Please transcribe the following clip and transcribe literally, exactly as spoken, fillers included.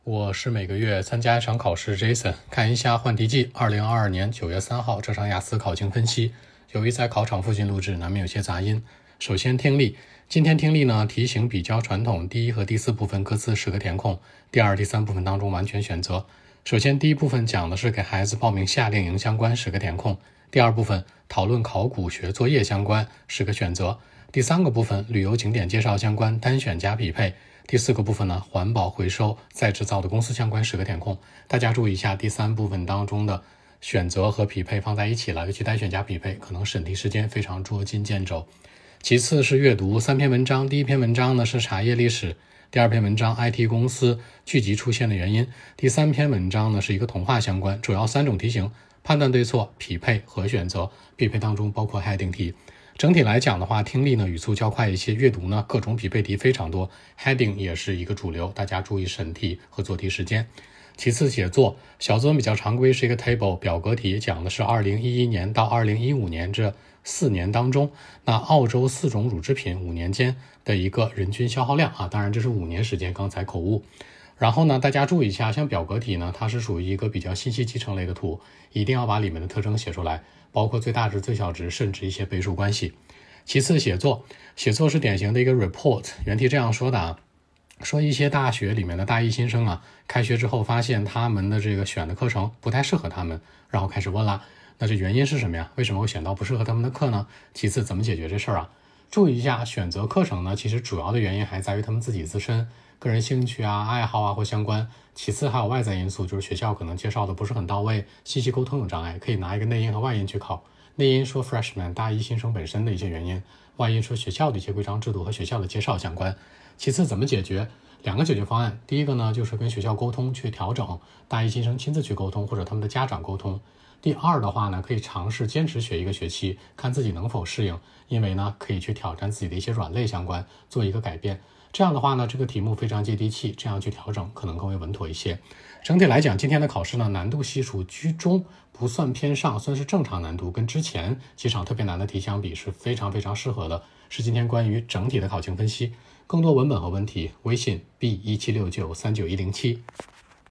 我是每个月参加一场考试 Jason， 看一下换题记二零二二年九月三号这场雅思考情分析。由于在考场附近录制，难免有些杂音。首先听力，今天听力呢题型比较传统，第一和第四部分各自十个填空，第二、第三部分当中完全选择。首先第一部分讲的是给孩子报名夏令营相关十个填空，第二部分讨论考古学作业相关十个选择，第三个部分旅游景点介绍相关单选加匹配，第四个部分呢，环保回收再制造的公司相关十个填空。大家注意一下，第三部分当中的选择和匹配放在一起了，尤其单选加匹配，可能审题时间非常捉襟见肘。其次是阅读三篇文章，第一篇文章呢是茶叶历史，第二篇文章 I T 公司聚集出现的原因，第三篇文章呢是一个童话相关，主要三种题型：判断对错、匹配和选择。匹配当中包括 heading 题。整体来讲的话，听力呢语速较快一些，阅读呢各种匹配题非常多， heading 也是一个主流，大家注意审题和做题时间。其次写作，小作文比较常规，是一个 table 表格题，讲的是二零一一年到二零一五年这四年当中，那澳洲四种乳制品五年间的一个人均消耗量啊，当然这是五年时间，刚才口误。然后呢，大家注意一下，像表格题呢，它是属于一个比较信息集成类的图，一定要把里面的特征写出来，包括最大值、最小值，甚至一些倍数关系。其次写作，写作是典型的一个 report， 原题这样说的啊，说一些大学里面的大一新生啊，开学之后发现他们的这个选的课程不太适合他们，然后开始问啦，那这原因是什么呀？为什么会选到不适合他们的课呢？其次怎么解决这事儿啊？注意一下，选择课程呢，其实主要的原因还在于他们自己自身个人兴趣啊、爱好啊或相关，其次还有外在因素，就是学校可能介绍的不是很到位，信息沟通有障碍，可以拿一个内因和外因去考。内因说 freshman 大一新生本身的一些原因，外因说学校的一些规章制度和学校的介绍相关。其次怎么解决？两个解决方案，第一个呢就是跟学校沟通去调整，大一新生亲自去沟通，或者他们的家长沟通。第二的话呢，可以尝试坚持学一个学期，看自己能否适应，因为呢可以去挑战自己的一些软肋相关，做一个改变。这样的话呢，这个题目非常接地气，这样去调整可能更为稳妥一些。整体来讲，今天的考试呢，难度系数居中，不算偏上，算是正常难度，跟之前几场特别难的题相比是非常非常适合的。是今天关于整体的考情分析。更多文本和问题，微信 b 一七六九三九一零七。